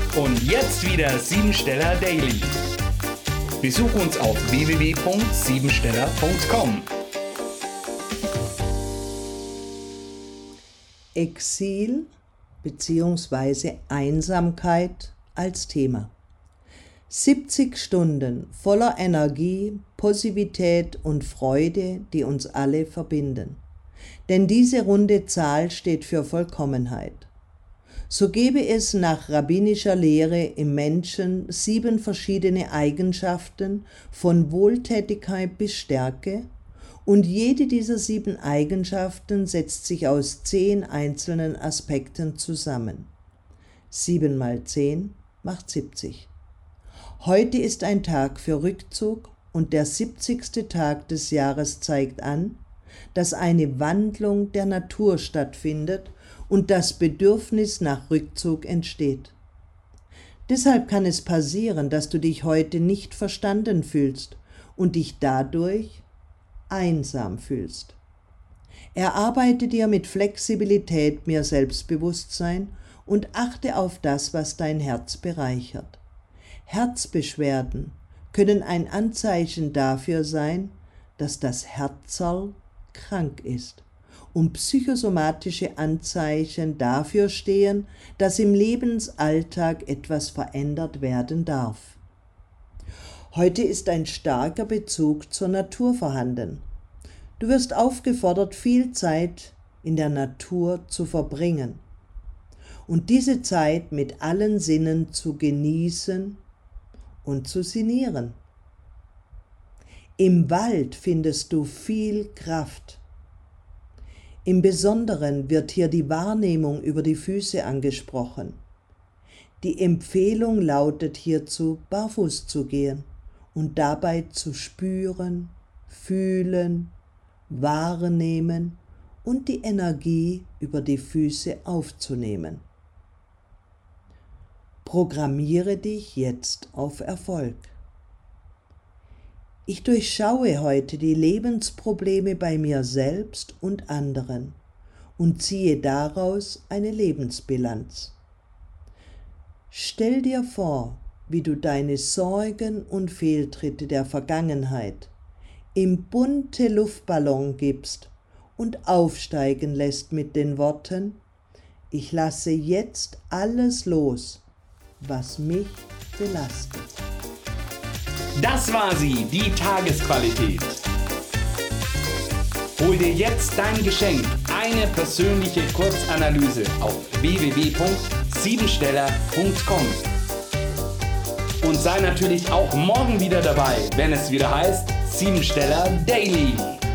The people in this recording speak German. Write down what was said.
Und jetzt wieder Siebensteller Daily. Besuch uns auf www.siebensteller.com. Exil bzw. Einsamkeit als Thema. 70 Stunden voller Energie, Positivität und Freude, die uns alle verbinden. Denn diese runde Zahl steht für Vollkommenheit. So gebe es nach rabbinischer Lehre im Menschen 7 verschiedene Eigenschaften von Wohltätigkeit bis Stärke, und jede dieser 7 Eigenschaften setzt sich aus 10 einzelnen Aspekten zusammen. 7 mal 10 macht 70. Heute ist ein Tag für Rückzug und der 70. Tag des Jahres zeigt an, dass eine Wandlung der Natur stattfindet und das Bedürfnis nach Rückzug entsteht. Deshalb kann es passieren, dass du dich heute nicht verstanden fühlst und dich dadurch einsam fühlst. Erarbeite dir mit Flexibilität mehr Selbstbewusstsein und achte auf das, was dein Herz bereichert. Herzbeschwerden können ein Anzeichen dafür sein, dass das Herzerl krank ist, und psychosomatische Anzeichen dafür stehen, dass im Lebensalltag etwas verändert werden darf. Heute ist ein starker Bezug zur Natur vorhanden. Du wirst aufgefordert, viel Zeit in der Natur zu verbringen und diese Zeit mit allen Sinnen zu genießen und zu sinnieren. Im Wald findest du viel Kraft. Im Besonderen wird hier die Wahrnehmung über die Füße angesprochen. Die Empfehlung lautet hierzu, barfuß zu gehen und dabei zu spüren, fühlen, wahrnehmen und die Energie über die Füße aufzunehmen. Programmiere dich jetzt auf Erfolg. Ich durchschaue heute die Lebensprobleme bei mir selbst und anderen und ziehe daraus eine Lebensbilanz. Stell dir vor, wie du deine Sorgen und Fehltritte der Vergangenheit im bunte Luftballon gibst und aufsteigen lässt mit den Worten: Ich lasse jetzt alles los, was mich belastet. Das war sie, die Tagesqualität. Hol dir jetzt dein Geschenk, eine persönliche Kurzanalyse auf www.siebensteller.com. Und sei natürlich auch morgen wieder dabei, wenn es wieder heißt Siebensteller Daily.